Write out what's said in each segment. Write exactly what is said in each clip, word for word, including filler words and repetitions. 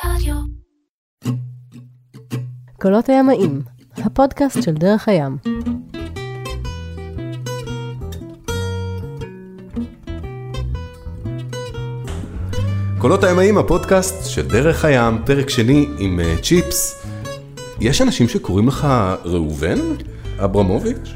רדיו. קולות הימאים, הפודקאסט של דרך הים. קולות הימאים, הפודקאסט של דרך הים, פרק שני עם uh, צ'יפס. יש אנשים שקוראים לך ראובן אברמוביץ'?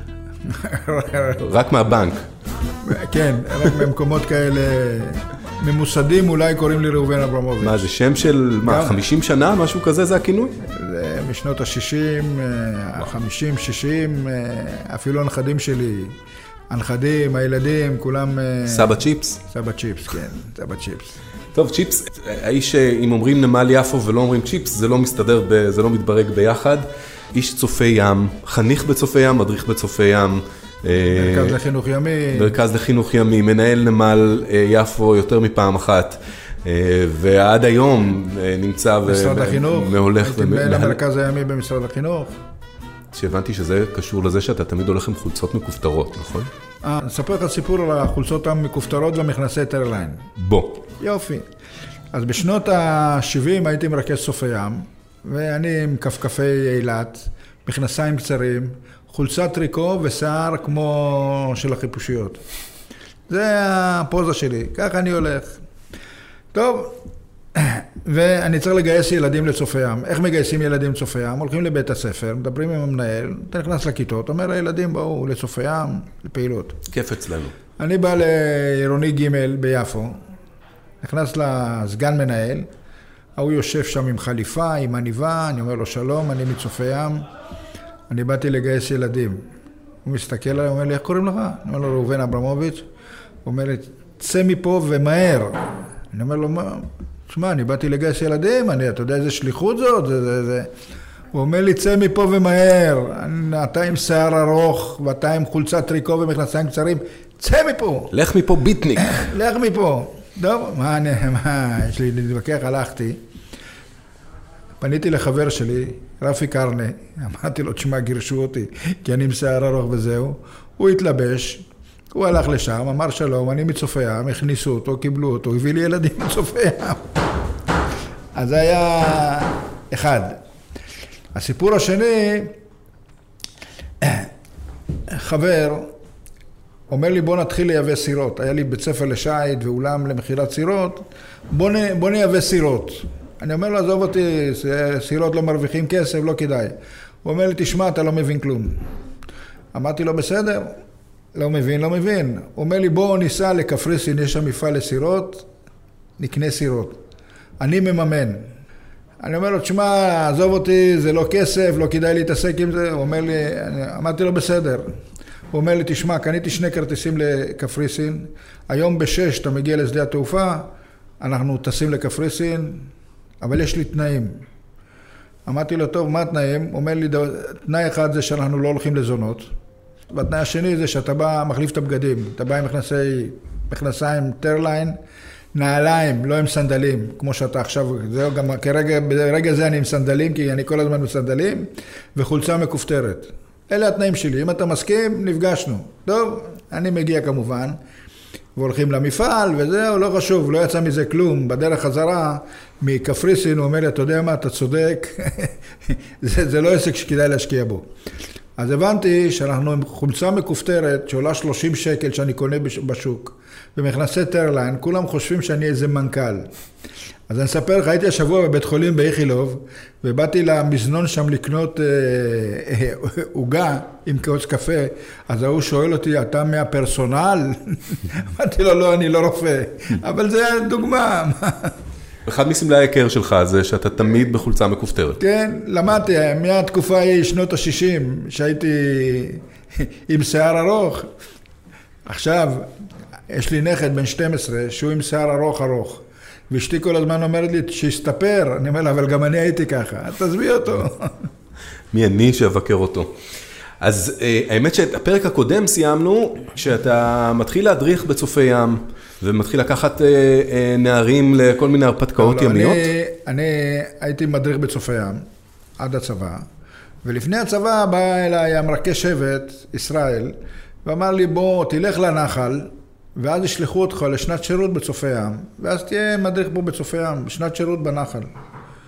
רק מהבנק. כן, רק במקומות כאלה ממוסדים אולי קוראים לי ראובן אברמוביץ'. מה, זה שם של מה, חמישים שנה, משהו כזה, זה הכינוי? זה משנות ה-שישים, ה-חמישים, שישים, אפילו הנכדים שלי, הנכדים, הילדים, כולם... סבא צ'יפס? סבא צ'יפס, כן, סבא צ'יפס. טוב, צ'יפס, האיש, אם אומרים נמל יפו ולא אומרים צ'יפס, זה לא מסתדר, זה לא מתברג ביחד. איש צופי ים, חניך בצופי ים, מדריך בצופי ים. מרכז לחינוך ימי. מרכז לחינוך ימי, מנהל נמל יפו יותר מפעם אחת. ועד היום נמצא משרד החינוך. מהולך. הייתי מנהל המרכז הימי במשרד החינוך. שהבנתי שזה קשור לזה שאתה תמיד הולך עם חולצות מכופתרות, נכון? אה, נספר לך סיפור על החולצות המכופתרות ומכנסי טרליין. בוא. יופי. אז בשנות ה-שבעים הייתי מרכז צופי ים, ואני עם כפכפי אילת, מכנסיים קצרים, חולצת טריקו ושיער כמו של החיפושיות. זה הפוזה שלי, ככה אני הולך. טוב, ואני צריך לגייס ילדים לצופי ים. איך מגייסים ילדים לצופי ים? הולכים לבית הספר, מדברים עם המנהל, אתה נכנס לכיתות, אומר לילדים באו לצופי ים, לפעילות. כיף אצלנו. אני בא לעירוני ג' ביפו, נכנס לסגן מנהל, הוא יושב שם עם חליפה, עם עניבה, אני אומר לו שלום, אני מצופי ים, אני באתי לגייס ילדים. הוא מסתכל עליי, הוא אומר לי, איך קוראים לך? אני אומר לו, ראובן אברמוביץ'. הוא אומר לי, צא מפה ומהר. אני אומר לו, מה? תשמע, אני באתי לגייס ילדים, אני, אתה יודע איזה שליחות זאת? זה, זה, זה. הוא אומר לי, צא מפה ומהר. אתה עם שיער ארוך, ואתה עם חולצת טריקו ומכנסיים קצרים, צא מפה. לך מפה ביטניק. לך מפה. טוב, מה, אני, מה, יש לי להתווכח, הלכתי. פניתי לחבר שלי, רפי קרנה, אמרתי לו, תשמע, גירשו אותי, כי אני עם שיער ארוך וזהו. הוא התלבש, הוא הלך לשם, אמר שלום, אני מצופי ים, הכניסו אותו, קיבלו אותו, הביא לי ילדים מצופי ים. אז זה היה אחד. הסיפור השני, חבר, אומר לי, בוא נתחיל לייבא סירות. היה לי בית ספר לשייט ואולם למחירת סירות, בוא, נ, בוא נייבא סירות. אני אומר לו, עזוב אותי, סירות לא מרוויחים כסף, לא כדאי. הוא אומר לי, תשמע, אתה לא מבין כלום. אמרתי לו, בסדר, לא מבין, לא מבין. הוא אומר לי, בוא ניסע לקפריסין, יש שם מפעל לסירות, נקנה סירות. אני מממן. אני אומר לו, תשמע, עזוב אותי, זה לא כסף, לא כדאי להתעסק עם זה. הוא אומר לי, אמרתי לו, בסדר. הוא אומר לי, תשמע, קניתי שני כרטיסים לקפריסין, היום בשש אתה מגיע לשדה התעופה, אנחנו טסים לקפריסין, אבל יש לי תנאים. אמרתי לו, טוב, מה התנאים? הוא אומר לי, תנאי אחד זה שאנחנו לא הולכים לזונות, והתנאי השני זה שאתה בא, מחליף את הבגדים, אתה בא עם מכנסי, מכנסיים טרליין, נעליים, לא עם סנדלים, כמו שאתה עכשיו, זהו, גם כרגע, ברגע זה אני עם סנדלים, כי אני כל הזמן בסנדלים, וחולצה מכופתרת. אלה התנאים שלי, אם אתה מסכים, נפגשנו. טוב, אני מגיע כמובן, והולכים למפעל, וזהו, לא חשוב, לא יצא מזה כלום. בדרך חזרה, מקפריסין, הוא אומר לי, אתה יודע מה, אתה צודק, זה, זה לא עסק שכדאי להשקיע בו. אז הבנתי שאנחנו עם חולצה מכופתרת, שעולה שלושים שקל שאני קונה בשוק, במכנסי טרליין, כולם חושבים שאני איזה מנכ"ל. אז אני אספר לך, הייתי השבוע בבית חולים באיכילוב, ובאתי למזנון שם לקנות עוגה עם כוס קפה, אז הוא שואל אותי, אתה מהפרסונל? אמרתי לו, לא, אני לא רופא, אבל זה דוגמה. אחד מסמלי ההיכר שלך זה שאתה תמיד בחולצה מכופתרת. כן, למדתי, מהתקופה היא שנות ה-שישים, שהייתי עם שיער ארוך. עכשיו, יש לי נכד בן שתים עשרה, שהוא עם שיער ארוך ארוך. ואשתי כל הזמן אומרת לי, שיסתפר. אני אומר לה, אבל גם אני הייתי ככה. תזמי אותו. מי אני שאבקר אותו. אז האמת שהפרק הקודם סיימנו, שאתה מתחיל להדריך בצופי ים, ומתחיל לקחת נערים לכל מיני הרפתקאות ימיות. אני, אני הייתי מדריך בצופי ים, עד הצבא, ולפני הצבא בא אליי המרכז שבט, ישראל, ואמר לי, בוא, תלך לנחל, ואז ישלחו אותך לשנת שירות בצופי ים, ואז תהיה מדריך פה בצופי ים, שנת שירות בנחל.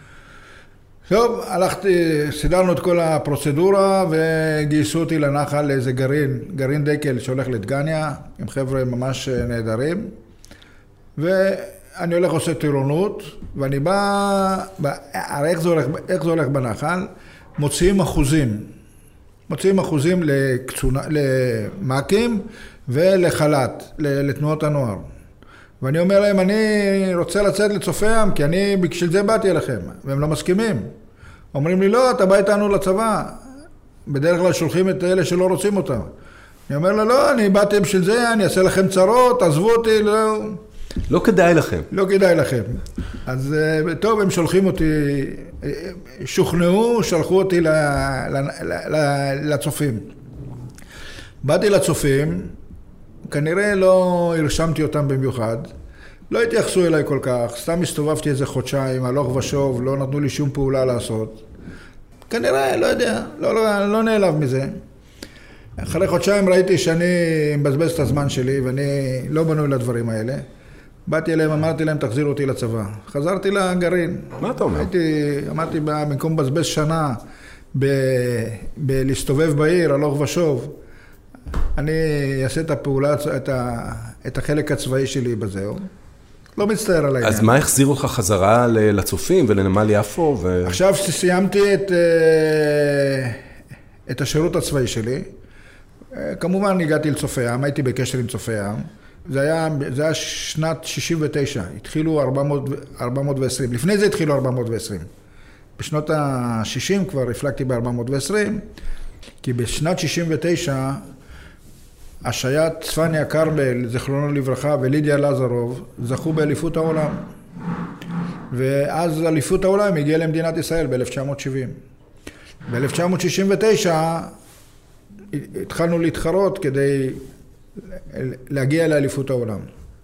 טוב, הלכתי, סידרנו את כל הפרוצדורה וגייסו אותי לנחל לאיזה גרעין, גרעין דקל שהולך לדגניה, עם חבר'ה ממש נהדרים. ואני הולך עושה טירונות, ואני בא, הרי איך זה הולך, איך זה הולך בנחל? מוציאים אחוזים. מוציאים אחוזים לקצונה, למקים ולחלט, לתנועות הנוער. ואני אומר להם, אני רוצה לצאת לצופי ים, כי אני בשביל זה באתי אליכם, והם לא מסכימים. אומרים לי, לא, אתה בא איתנו לצבא. בדרך כלל שולחים את אלה שלא רוצים אותם. אני אומר לה, לא, אני באתי בשביל זה, אני אעשה לכם צרות, עזבו אותי, לא... לא כדאי לכם. לא כדאי לכם. אז טוב, הם שולחים אותי, שוכנעו, שלחו אותי לצופים. באתי לצופים, כנראה לא הרשמתי אותם במיוחד, לא התייחסו אליי כל כך, סתם הסתובבתי איזה חודשיים, הלוך ושוב, לא נתנו לי שום פעולה לעשות. כנראה, לא יודע, לא, לא, לא נעלב מזה. אחרי חודשיים ראיתי שאני מבזבז את הזמן שלי, ואני לא בנוי לדברים האלה. באתי אליהם, אמרתי להם, תחזירו אותי לצבא. חזרתי לגרעין. מה אתה אומר? הייתי, אמרתי, במקום בזבז שנה, ב, בלהסתובב בעיר, הלוך ושוב, אני אעשה את הפעולה, את, ה, את החלק הצבאי שלי בזהו. לא מצטער על העניין. אז מה החזיר אותך חזרה לצופים ולנמל יפו? ו... עכשיו סיימתי את, את השירות הצבאי שלי. כמובן הגעתי לצופי ים, הייתי בקשר עם צופי ים. זה היה, זה היה שנת שישים ותשע, התחילו ארבע מאות ועשרים. לפני זה התחילו ארבע מאות ועשרים. בשנות ה-שישים כבר הפלגתי ב-ארבע מאות ועשרים, כי בשנת שישים ותשע השייט צפניה קרבל, זכרונו לברכה, ולידיה לזרוב זכו באליפות העולם. ואז אליפות העולם הגיעה למדינת ישראל ב-אלף תשע מאות שבעים. ב-אלף תשע מאות שישים ותשע התחלנו להתחרות כדי להגיע לאליפות העולם.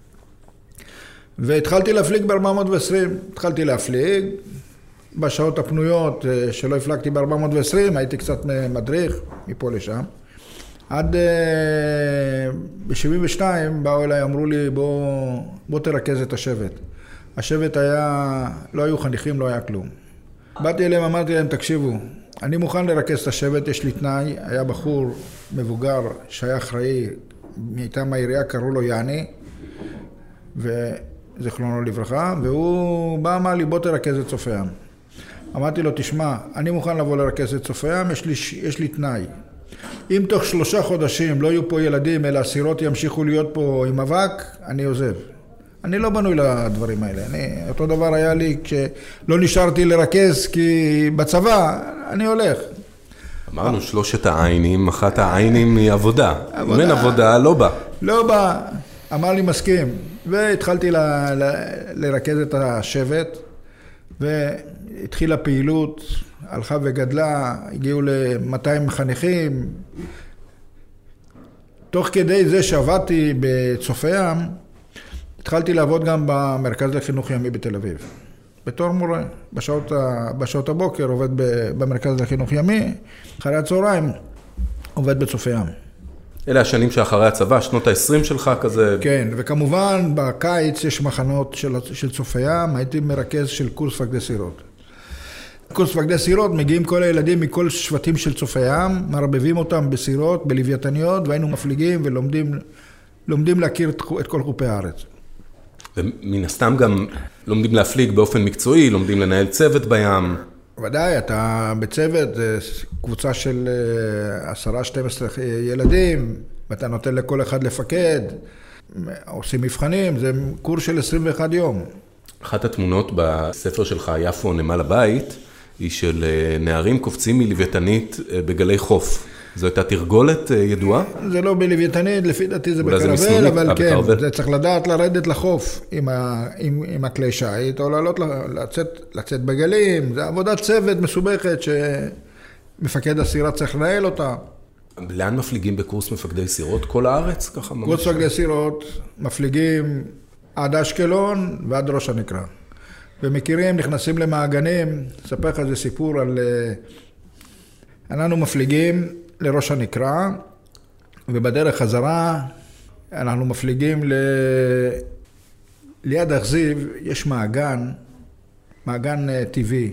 והתחלתי להפליג ב-ארבע מאות ועשרים. התחלתי להפליג בשעות הפנויות שלא הפלגתי ב-ארבע מאות ועשרים, הייתי קצת מדריך מפה לשם. עד ב-שבעים ושתיים באו אליי, אמרו לי, בוא, בוא תרכז את השבט. השבט היה, לא היו חניכים, לא היה כלום. באתי אליהם, אמרתי להם, תקשיבו, אני מוכן לרכז את השבט, יש לי תנאי, היה בחור מבוגר שהיה אחראי מטעם העירייה, קראו לו יאני, וזכרונו לברכה, והוא בא, אמר לי, בוא תרכז את צופי ים. אמרתי לו, תשמע, אני מוכן לבוא לרכז את צופי ים, יש לי, יש לי תנאי. אם תוך שלושה חודשים לא יהיו פה ילדים, אלא הסירות ימשיכו להיות פה עם אבק, אני עוזב. אני לא בנוי לדברים האלה. אני, אותו דבר היה לי כשלא נשארתי לרכז, כי בצבא אני הולך. אמרנו שלושת העיינים, אחת העיינים היא עבודה. אם אין עבודה, לא בא. לא בא. אמר לי מסכים. והתחלתי ל, ל, לרכז את השבט, והתחילה פעילות, הלכה וגדלה, הגיעו ל-מאתיים חניכים. תוך כדי זה שעבדתי בצופי ים, התחלתי לעבוד גם במרכז לחינוך ימי בתל אביב. בתור מורה, בשעות, בשעות הבוקר עובד במרכז לחינוך ימי, אחרי הצהריים עובד בצופי ים. אלה השנים שאחרי הצבא, שנות ה-עשרים שלך כזה. כן, וכמובן בקיץ יש מחנות של, של צופי ים, הייתי מרכז של קורס מפקדי סירות. קורס מפקדי סירות, מגיעים כל הילדים מכל שבטים של צופי ים, מרבבים אותם בסירות, בלוויתניות, והיינו מפליגים ולומדים לומדים להכיר את כל חופי הארץ. ומן הסתם גם לומדים להפליג באופן מקצועי, לומדים לנהל צוות בים. ודאי, אתה בצוות, זה קבוצה של עשרה, שתים עשרה ילדים, ואתה נותן לכל אחד לפקד, עושים מבחנים, זה קורס של עשרים ואחד יום. אחת התמונות בספר שלך, יפו נמל הבית, היא של נערים קופצים מלוויתנית בגלי חוף. זו הייתה תרגולת ידועה? זה לא בלוויתנית, לפי דעתי זה בקרבל, אבל כן, זה צריך לדעת לרדת לחוף עם, ה, עם, עם הכלי שייט, או לעלות, לצאת, לצאת בגלים. זה עבודת צוות מסובכת שמפקד הסירה צריך לנהל אותה. לאן מפליגים בקורס מפקדי סירות? כל הארץ? ככה ממש? קורס מפקדי סירות מפליגים עד אשקלון ועד ראש הנקרה. ומכירים, נכנסים למעגנים, אספר לך איזה סיפור על... אנחנו מפליגים לראש הנקרה, ובדרך חזרה אנחנו מפליגים ל... ליד אכזיב, יש מעגן, מעגן טבעי,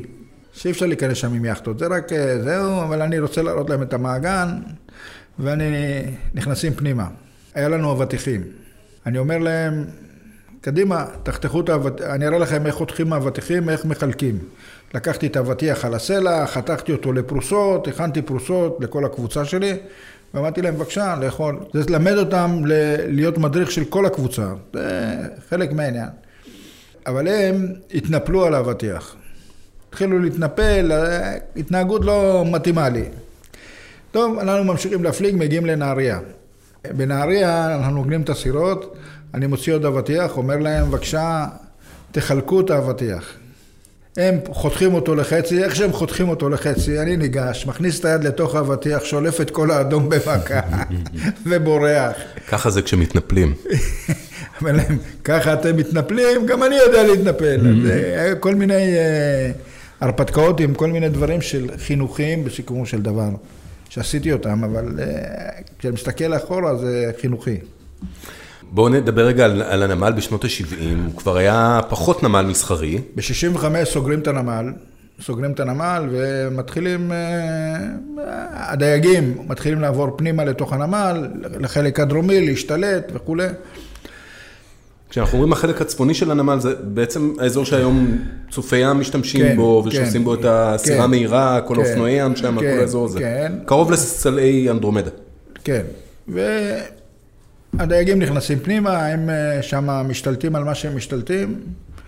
שאי אפשר להיכנס שם עם יחטות, זה רק זהו, אבל אני רוצה להראות להם את המעגן, ואני נכנסים פנימה. היה לנו אבטיחים. אני אומר להם, קדימה, תחתכו את האבטיחים, אני אראה לכם איך חותכים מהאבטיחים, איך מחלקים. לקחתי את האבטיח על הסלע, חתכתי אותו לפרוסות, הכנתי פרוסות לכל הקבוצה שלי, ואמרתי להם, בבקשה, לאכול. זה למד אותם להיות מדריך של כל הקבוצה, זה חלק מהעניין. אבל הם התנפלו על האבטיח. התחילו להתנפל, התנהגות לא מתאימה לי. טוב, אנחנו ממשיכים להפליג, מגיעים לנהריה. בנהריה אנחנו נוגנים את הסירות, אני מוציא עוד אבטיח, אומר להם, בבקשה, תחלקו את האבטיח. הם חותכים אותו לחצי, איך שהם חותכים אותו לחצי, אני ניגש, מכניס את היד לתוך האבטיח, שולף את כל האדום במכה, ובורח. ככה זה כשמתנפלים. אומר להם, ככה אתם מתנפלים, גם אני יודע להתנפל. כל מיני הרפתקאות עם כל מיני דברים של חינוכים בסיכומו של דבר, שעשיתי אותם, אבל כשאני מסתכל אחורה זה חינוכי. בואו נדבר רגע על, על הנמל בשנות ה-שבעים, הוא כבר היה פחות נמל מסחרי. ב-שישים וחמש סוגרים את הנמל, סוגרים את הנמל ומתחילים, הדייגים מתחילים לעבור פנימה לתוך הנמל, לחלק הדרומי, להשתלט וכו'. כשאנחנו אומרים החלק הצפוני של הנמל, זה בעצם האזור שהיום צופי ים משתמשים כן, בו, ושעושים כן, בו את הסירה כן, מהירה, כל כן, אופנועי ים שם, כן, כל האזור הזה. כן. קרוב לסלעי אנדרומדה. כן, והדייגים נכנסים פנימה, הם שם משתלטים על מה שהם משתלטים,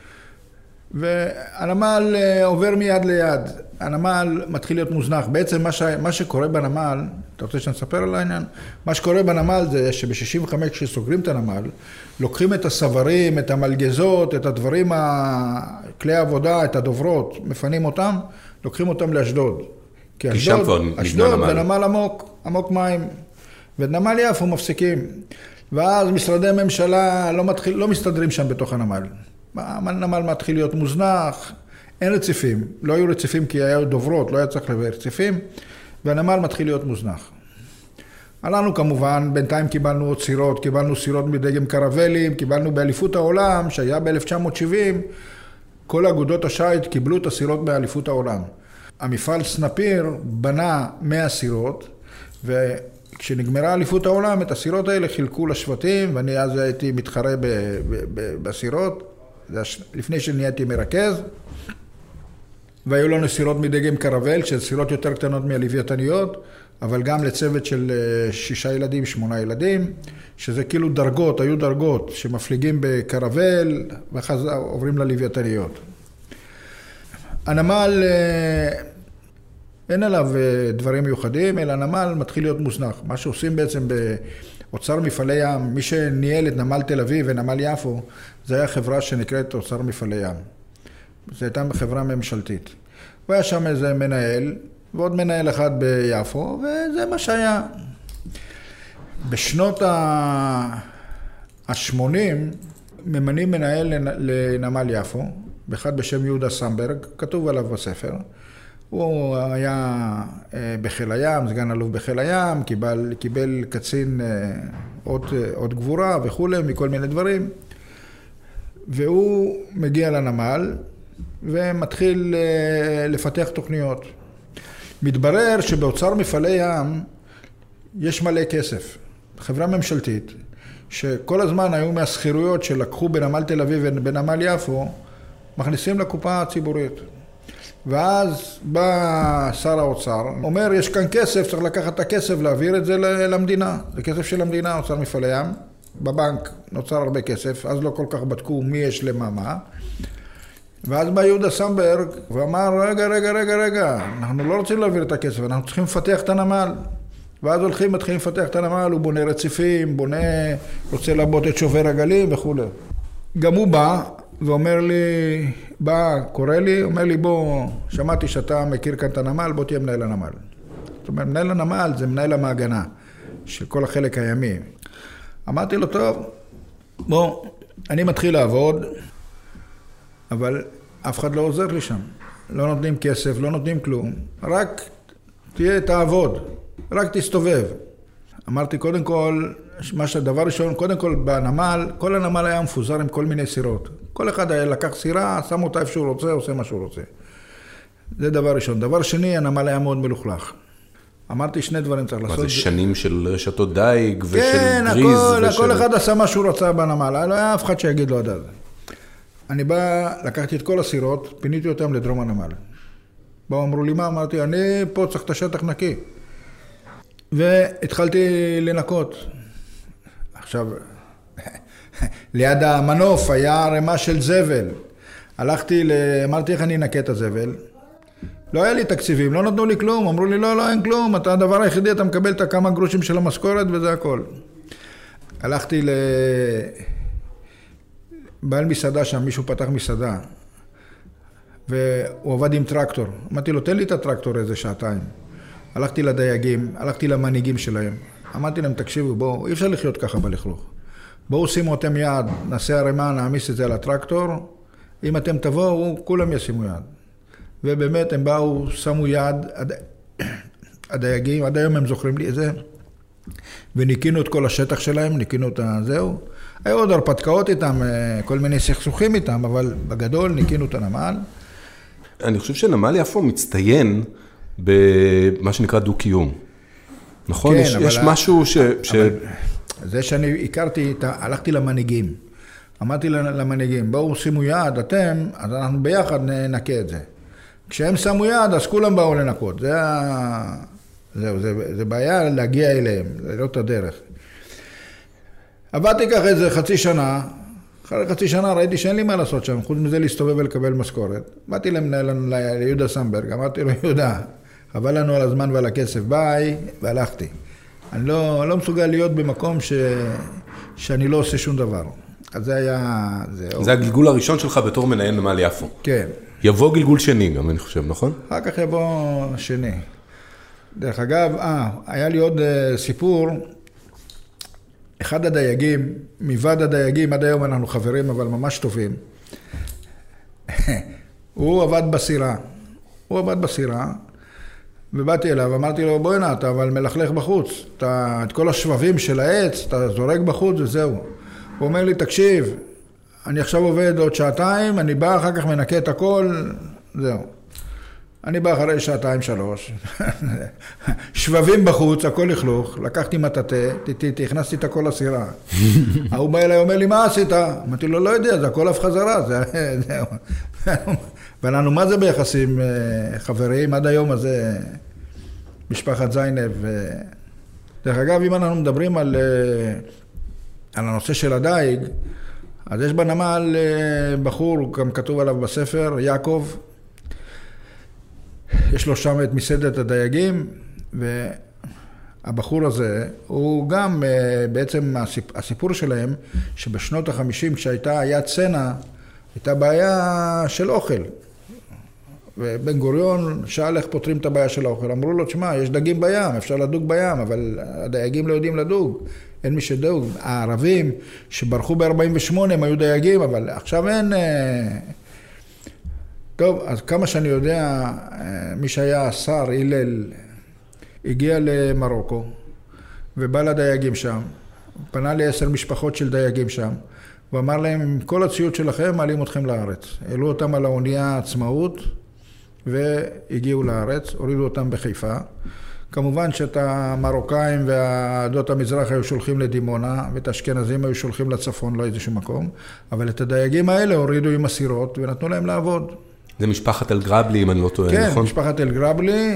והנמל עובר מיד ליד. הנמל מתחיל להיות מוזנח. בעצם מה, ש... מה שקורה בנמל, אתה רוצה שנספר על העניין? מה שקורה בנמל זה שב-שישים וחמש כשסוגרים את הנמל, לוקחים את הסברים, את המלגזות, את הדברים, כלי העבודה, את הדוברות, מפנים אותם, לוקחים אותם לאשדוד. כי אשדוד, אשדוד בנמל עמוק, עמוק מים. ונמל יפו מפסיקים. ואז משרדי ממשלה לא, מתחיל, לא מסתדרים שם בתוך הנמל. הנמל מתחיל להיות מוזנח, אין רציפים, לא היו רציפים כי היו דוברות, לא היה צריך להביא רציפים, והנמל מתחיל להיות מוזנח. עלינו כמובן, בינתיים קיבלנו עוד סירות, קיבלנו סירות מדגם קרבלים, קיבלנו באליפות העולם, שהיה ב-אלף תשע מאות שבעים, כל אגודות השייט קיבלו את הסירות באליפות העולם. המפעל סנפיר בנה מאה סירות, וכשנגמרה אליפות העולם, את הסירות האלה חילקו לשבטים, ואני אז הייתי מתחרה ב- ב- ב- בסירות, לפני שנהייתי מרכז, והיו לנו סירות מדגם קרבל, שזה סירות יותר קטנות מהלוויתניות, אבל גם לצוות של שישה ילדים, שמונה ילדים, שזה כאילו דרגות, היו דרגות שמפליגים בקרבל, ואחר כך עוברים ללוויתניות. הנמל, אין עליו דברים מיוחדים, אלא הנמל מתחיל להיות מוזנח. מה שעושים בעצם באוצר מפעלי ים, מי שניהל את נמל תל אביב ונמל יפו, זה היה חברה שנקראת אוצר מפעלי ים. זו הייתה חברה ממשלתית. והיה שם איזה מנהל, ועוד מנהל אחד ביפו, וזה מה שהיה. בשנות ה-שמונים, ממנים מנהל לנמל יפו, באחד בשם יהודה סמברג, כתוב עליו בספר. הוא היה בחיל הים, סגן אלוף בחיל הים, קיבל, קיבל קצין עוד, עוד גבורה וכו', מכל מיני דברים. והוא מגיע לנמל ומתחיל לפתח תוכניות. מתברר שבאוצר מפעלי ים יש מלא כסף. חברה ממשלתית, שכל הזמן היו מהסחירויות שלקחו בנמל תל אביב ובנמל יפו, מכניסים לקופה הציבורית. ואז בא שר האוצר, אומר, יש כאן כסף, צריך לקחת את הכסף, להעביר את זה למדינה. זה כסף של המדינה, אוצר מפעלי ים. בבנק נוצר הרבה כסף, אז לא כל כך בדקו מי יש למה מה. ואז בא יהודה סמברג ואמר, רגע, רגע, רגע, רגע, אנחנו לא רוצים להעביר את הכסף, אנחנו צריכים לפתח את הנמל. ואז הולכים, מתחילים לפתח את הנמל, הוא בונה רציפים, בונה, רוצה לעבוד את שובר הגלים וכו'. גם הוא בא ואומר לי, בא, קורא לי, אומר לי, בוא, שמעתי שאתה מכיר כאן את הנמל, בוא תהיה מנהל הנמל. זאת אומרת, מנהל הנמל זה מנהל המעגנה של כל החלק הימי. אמרתי לו, טוב, בוא, אני מתחיל לעבוד, אבל אף אחד לא עוזר לי שם. לא נותנים כסף, לא נותנים כלום. רק תהיה, תעבוד, רק תסתובב. אמרתי, קודם כל, מה שהדבר ראשון, קודם כל בנמל, כל הנמל היה מפוזר עם כל מיני סירות. כל אחד היה לקח סירה, שם אותה איפה שהוא רוצה, עושה מה שהוא רוצה. זה דבר ראשון. דבר שני, הנמל היה מאוד מלוכלך. אמרתי שני דברים צריך לעשות. מה זה שנים של רשתות דייג ושל כן, גריז? הכל, ושל... הכל אחד עשה מה שהוא רצה בנמל. לא היה אף אחד שיגיד לו עד אז. אני בא, לקחתי את כל הסירות, פיניתי אותם לדרום הנמל. באו אמרו לי מה? אמרתי, אני פה צריך את השטח נקי. והתחלתי לנקות. עכשיו, ליד המנוף היה רמה של זבל. הלכתי, אמרתי איך אני אנקה את הזבל. לא היה לי תקציבים, לא נתנו לי כלום. אמרו לי, לא, לא, אין כלום. אתה הדבר היחידי, אתה מקבל את הכמה גרושים של המשכורת וזה הכל. הלכתי לבעל מסעדה שם, מישהו פתח מסעדה. והוא עבד עם טרקטור. אמרתי לו, תן לי את הטרקטור איזה שעתיים. הלכתי לדייגים, הלכתי למנהיגים שלהם. אמרתי להם, תקשיבו, בואו, אי אפשר לחיות ככה בלכלוך. בואו שימו אתם יד, נעשה הרמה, נעמיס את זה על הטרקטור. אם אתם תבואו, כולם ישימו יד. ובאמת הם באו, שמו יד, הד... הדייגים, עד היום הם זוכרים לי את זה. וניקינו את כל השטח שלהם, ניקינו את הזהו. היו עוד הרפתקאות איתם, כל מיני סכסוכים איתם, אבל בגדול ניקינו את הנמל. אני חושב שנמל יפו מצטיין במה שנקרא דו-קיום. נכון? כן, יש, אבל... יש משהו ש... ש... זה שאני הכרתי, הלכתי למנהיגים. אמרתי למנהיגים, בואו שימו יד, אתם, אז אנחנו ביחד ננקה את זה. כשהם שמו יד, אז כולם באו לנקות. זה, זה, זה, זה בעיה להגיע אליהם, זה לא את הדרך. עבדתי ככה איזה חצי שנה, אחרי חצי שנה ראיתי שאין לי מה לעשות שם, חוץ מזה להסתובב ולקבל משכורת. באתי למנהל, ליהודה סמברג, אמרתי לו, יהודה, חבל לנו על הזמן ועל הכסף, ביי, והלכתי. אני לא, לא מסוגל להיות במקום ש, שאני לא עושה שום דבר. אז זה היה... זה, זה הגלגול הראשון שלך בתור מנהל נמל יפו. כן. יבוא גלגול שני גם, אני חושב, נכון? אחר כך יבוא שני. דרך אגב, אה, היה לי עוד uh, סיפור, אחד הדייגים, מוועד הדייגים, עד היום אנחנו חברים, אבל ממש טובים. הוא עבד בסירה. הוא עבד בסירה, ובאתי אליו, אמרתי לו, בואי נה, אתה אבל מלכלך בחוץ. אתה, את כל השבבים של העץ, אתה זורק בחוץ וזהו. הוא אומר לי, תקשיב, אני עכשיו עובד עוד שעתיים, אני בא אחר כך מנקה את הכל, זהו. אני בא אחרי שעתיים שלוש, שבבים בחוץ, הכל לכלוך, לקחתי מטאטה, הכנסתי את הכל לסירה. הוא בא אליי, אומר לי, מה עשית? אמרתי לו, לא יודע, זה הכל אף חזרה, זהו. ואנחנו, מה זה ביחסים חברים? עד היום הזה, משפחת זיינב. דרך אגב, אם אנחנו מדברים על, על הנושא של הדייג, אז יש בנמל בחור, גם כתוב עליו בספר, יעקב, יש לו שם את מסעדת הדייגים, והבחור הזה, הוא גם, בעצם הסיפור שלהם, שבשנות החמישים, כשהייתה, היה צנע, הייתה בעיה של אוכל. ובן גוריון שאל איך פותרים את הבעיה של האוכל. אמרו לו, תשמע, יש דגים בים, אפשר לדוג בים, אבל הדייגים לא יודעים לדוג. אין מי שדוג. הערבים שברחו ב-ארבעים ושמונה הם היו דייגים, אבל עכשיו אין... טוב, אז כמה שאני יודע, מי שהיה השר, הלל, הגיע למרוקו, ובא לדייגים שם, פנה לעשר משפחות של דייגים שם, ואמר להם, עם כל הציוד שלכם, מעלים אתכם לארץ. העלו אותם על האונייה עצמאות, והגיעו לארץ, הורידו אותם בחיפה. כמובן שאת המרוקאים והעדות המזרח היו שולחים לדימונה, ואת האשכנזים היו שולחים לצפון, לא איזשהו מקום, אבל את הדייגים האלה הורידו עם הסירות, ונתנו להם לעבוד. זה משפחת אל-גרבלי, אם אני לא טועה, כן, נכון? כן, משפחת אל-גרבלי,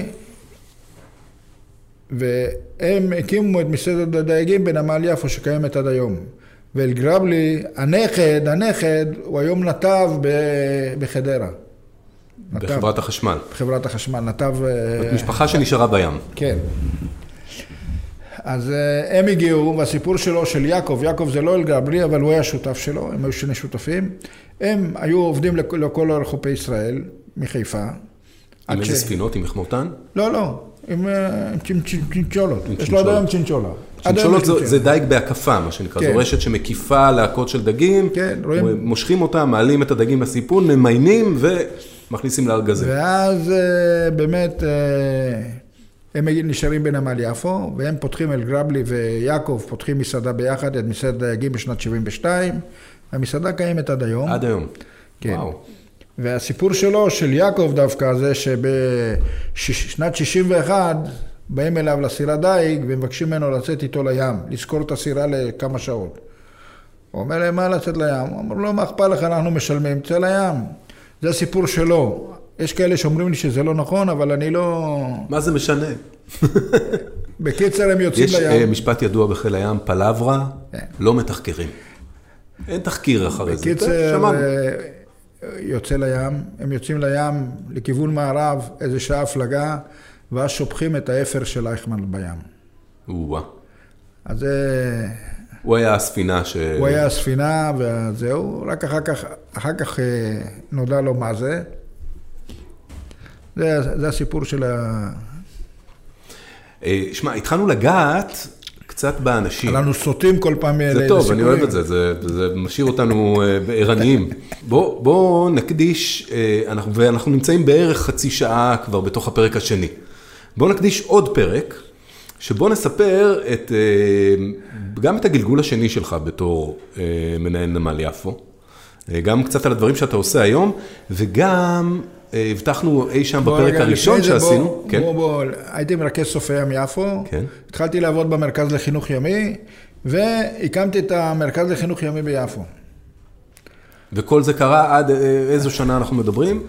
והם הקימו את מסעדת הדייגים בנמל יפו שקיימת עד היום. ואל-גרבלי, הנכד, הנכד, הוא היום נתב בחדרה. בחברת החשמל. בחברת החשמל, נתב... זאת משפחה שנשארה בים. כן. אז הם הגיעו, והסיפור שלו, של יעקב, יעקב זה לא אל-גרבלי, אבל הוא היה שותף שלו, הם היו שני שותפים. הם היו עובדים לכל חופי ישראל, מחיפה. עם איזה ספינות, עם מחמורתן? לא, לא, עם צ'ינצ'ולות. יש לו עד היום צ'ינצ'ולה. צ'ינצ'ולות זה דייג בהקפה, מה שנקרא. זו רשת שמקיפה להקות של דגים, מושכים אותם, מעלים את הדגים בסיפון, ממיינים ומכניסים לארגזים. ואז באמת הם נשארים בנמל יפו, והם פותחים אל-גרבלי ויעקב פותחים מסעדה ביחד, את מסעדת דייגים בשנת שבעים ושתיים. המסעדה קיימת עד היום. עד היום. כן. וואו. והסיפור שלו, של יעקב דווקא, זה שבשנת שישים ואחת באים אליו לסירת דייג ומבקשים ממנו לצאת איתו לים, לזכור את הסירה לכמה שעות. הוא אומר להם, מה לצאת לים? הוא אומר, לא, מה אכפת לך, אנחנו משלמים, צא לים. זה הסיפור שלו. יש כאלה שאומרים לי שזה לא נכון, אבל אני לא... מה זה משנה? בקיצר הם יוצאים יש לים. יש משפט ידוע בחיל הים, פלברה, לא מתחקרים. אין תחקיר אחרי זה. בקיצר, יוצא לים, הם יוצאים לים לכיוון מערב, איזה שעה הפלגה, ואז שופכים את האפר של אייכמן בים. וואה. אז זה... הוא היה הספינה ש... הוא היה הספינה, וזהו, רק אחר כך, אחר כך נודע לו מה זה. זה, זה הסיפור של ה... שמע, התחלנו לגעת קצת באנשים. אנחנו סוטים כל פעם לסיפורים. זה טוב, אני אוהב את זה, זה, זה משאיר אותנו ערניים. בוא, בוא נקדיש, ואנחנו נמצאים בערך חצי שעה כבר בתוך הפרק השני. בוא נקדיש עוד פרק, שבוא נספר את, גם את הגלגול השני שלך בתור מנהל נמל יפו, גם קצת על הדברים שאתה עושה היום, וגם הבטחנו אי שם בפרק הראשון שעשינו. בוא, בוא, בוא, הייתי מרכז סופי ים יפו, כן. התחלתי לעבוד במרכז לחינוך ימי, והקמתי את המרכז לחינוך ימי ביפו. וכל זה קרה עד איזו שנה אנחנו מדברים?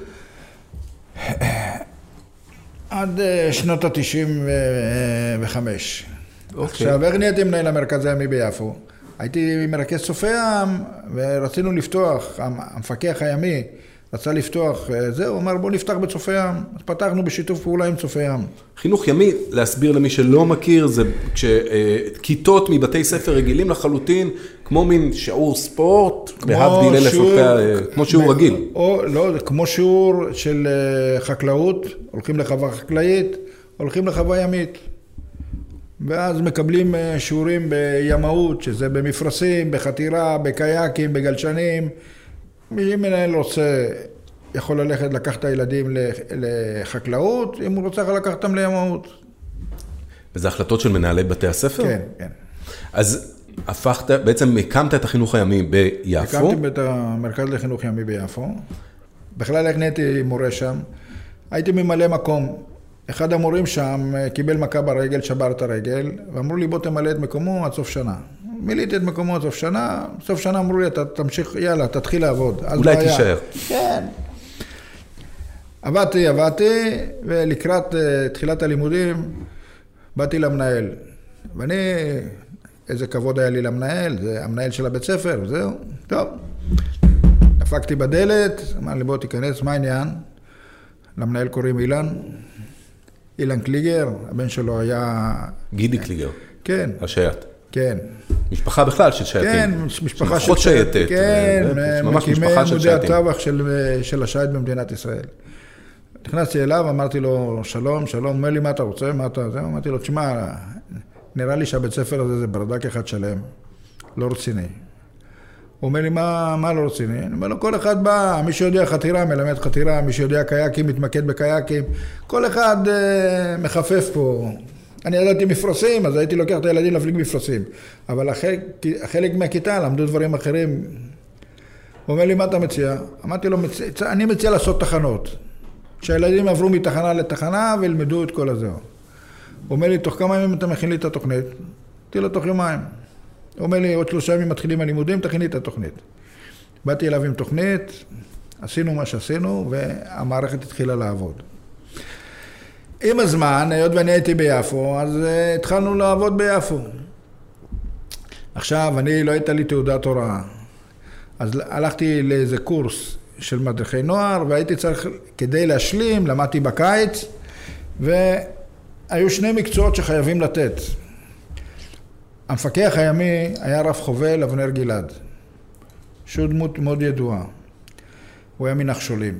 עד שנות ה-תשעים וחמש. אוקיי. עכשיו, איך נהייתי מנהל המרכז הימי ביפו? הייתי מרכז סופי ים, ורצינו לפתוח, המפקח הימי רצה לפתוח, זהו, הוא אמר בוא נפתח בצופי ים, אז פתחנו בשיתוף פעולה עם צופי ים. חינוך ימי, להסביר למי שלא מכיר, זה כשכיתות מבתי ספר רגילים לחלוטין, כמו מין שיעור ספורט, להבדיל אלף אלפי, כמו שיעור רגיל. או לא, כמו שיעור של חקלאות, הולכים לחווה חקלאית, הולכים לחווה ימית. ואז מקבלים שיעורים בימאות, שזה במפרסים, בחתירה, בקייקים, בגלשנים. מי מנהל רוצה, יכול ללכת לקחת את הילדים לחקלאות, אם הוא רוצה לקחת אותם לימאות. וזה החלטות של מנהלי בתי הספר? כן, כן. אז הפכת, בעצם הקמת את החינוך הימי ביפו? הקמתי את המרכז לחינוך ימי ביפו. בכלל נהייתי מורה שם. הייתי ממלא מקום. אחד המורים שם קיבל מכה ברגל, שבר את הרגל, ואמרו לי בוא תמלא את מקומו עד סוף שנה. מילאתי את מקומו עד סוף שנה, סוף שנה אמרו לי אתה תמשיך, יאללה, תתחיל לעבוד. אולי תישאר. כן. עבדתי, עבדתי, ולקראת תחילת הלימודים, באתי למנהל. ואני, איזה כבוד היה לי למנהל, זה המנהל של הבית ספר, זהו, טוב. דפקתי בדלת, אמר לי בוא תיכנס, מה העניין? למנהל קוראים אילן. אילן קליגר, הבן שלו היה... גידי קליגר. כן. השייט. כן. משפחה בכלל של שייטים. כן, משפחה של שייטים. כן, מקימי עמודי הטווח של השייט במדינת ישראל. נכנסתי אליו, אמרתי לו, שלום, שלום, אומר לי, מה אתה רוצה? מה אתה זה? אמרתי לו, תשמע, נראה לי שהבית ספר הזה זה ברדק אחד שלם, לא רציני. הוא אומר לי, מה, מה לא רציני? אני אומר לו, כל אחד בא, מי שיודע חתירה, מלמד חתירה, מי שיודע קייקים, מתמקד בקייקים, כל אחד אה, מחפף פה. אני ידעתי מפרסים, אז הייתי לוקח את הילדים להפליג מפרסים. אבל החלק, החלק מהכיתה למדו דברים אחרים. הוא אומר לי, מה אתה מציע? אמרתי לו, מציע, אני מציע לעשות תחנות. שהילדים עברו מתחנה לתחנה וילמדו את כל הזה. הוא אומר לי, תוך כמה ימים אתה מכין לי את התוכנית? אמרתי לו, תוך יומיים. הוא אומר לי, עוד שלושה ימים מתחילים הלימודים, תכין לי את התוכנית. באתי אליו עם תוכנית, עשינו מה שעשינו, והמערכת התחילה לעבוד. עם הזמן, היות ואני הייתי ביפו, אז uh, התחלנו לעבוד ביפו. עכשיו, אני לא הייתה לי תעודת הוראה. אז הלכתי לאיזה קורס של מדריכי נוער, והייתי צריך, כדי להשלים, למדתי בקיץ, והיו שני מקצועות שחייבים לתת. המפקח הימי היה רב חובל אבנר גלעד, שהוא דמות מאוד ידועה. הוא היה מנחשולים.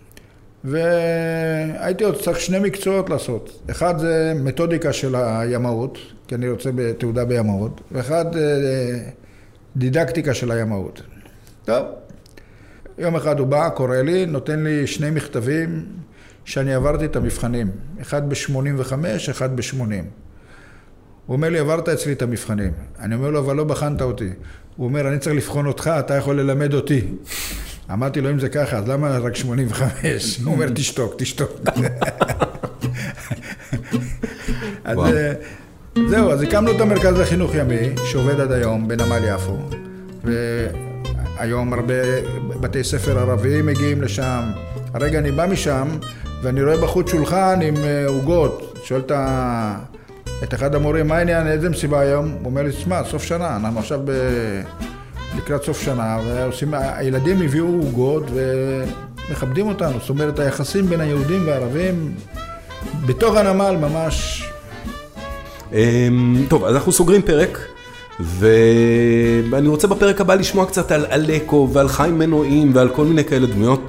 והייתי עוד צריך שני מקצועות לעשות. אחד זה מתודיקה של הימאות, כי אני רוצה בתעודה בימאות, ואחד דידקטיקה של הימאות. טוב, יום אחד הוא בא, קורא לי, נותן לי שני מכתבים שאני עברתי את המבחנים. אחד ב-שמונים וחמש, אחד ב-שמונים. הוא אומר לי, עברת אצלי את המבחנים. אני אומר לו, אבל לא בחנת אותי. הוא אומר, אני צריך לבחון אותך, אתה יכול ללמד אותי. אמרתי לו, אם זה ככה, אז למה רק שמונים וחמש? הוא אומר, תשתוק, תשתוק. אז זהו, אז הקמנו את המרכז לחינוך ימי, שעובד עד היום בנמל יפו, והיום הרבה בתי ספר ערביים מגיעים לשם. הרגע אני בא משם, ואני רואה בחוץ שולחן עם עוגות, שואל את אחד המורים, מה העניין, איזה מסיבה היום? הוא אומר לי, תשמע, סוף שנה, אנחנו עכשיו ב... לקראת סוף שנה, ועושים, הילדים הביאו עוגות ומכבדים אותנו, זאת אומרת, היחסים בין היהודים והערבים, בתוך הנמל ממש... טוב, אז אנחנו סוגרים פרק, ואני רוצה בפרק הבא לשמוע קצת על אלקו ועל חיים מנועים ועל כל מיני כאלה דמויות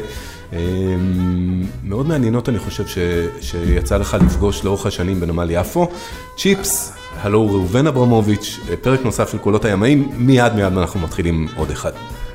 מאוד מעניינות, אני חושב, שיצא לך לפגוש לאורך השנים בנמל יפו. צ'יפס, הלו ראובן אברמוביץ', פרק נוסף של קולות הימאים, מיד מיד אנחנו מתחילים עוד אחד.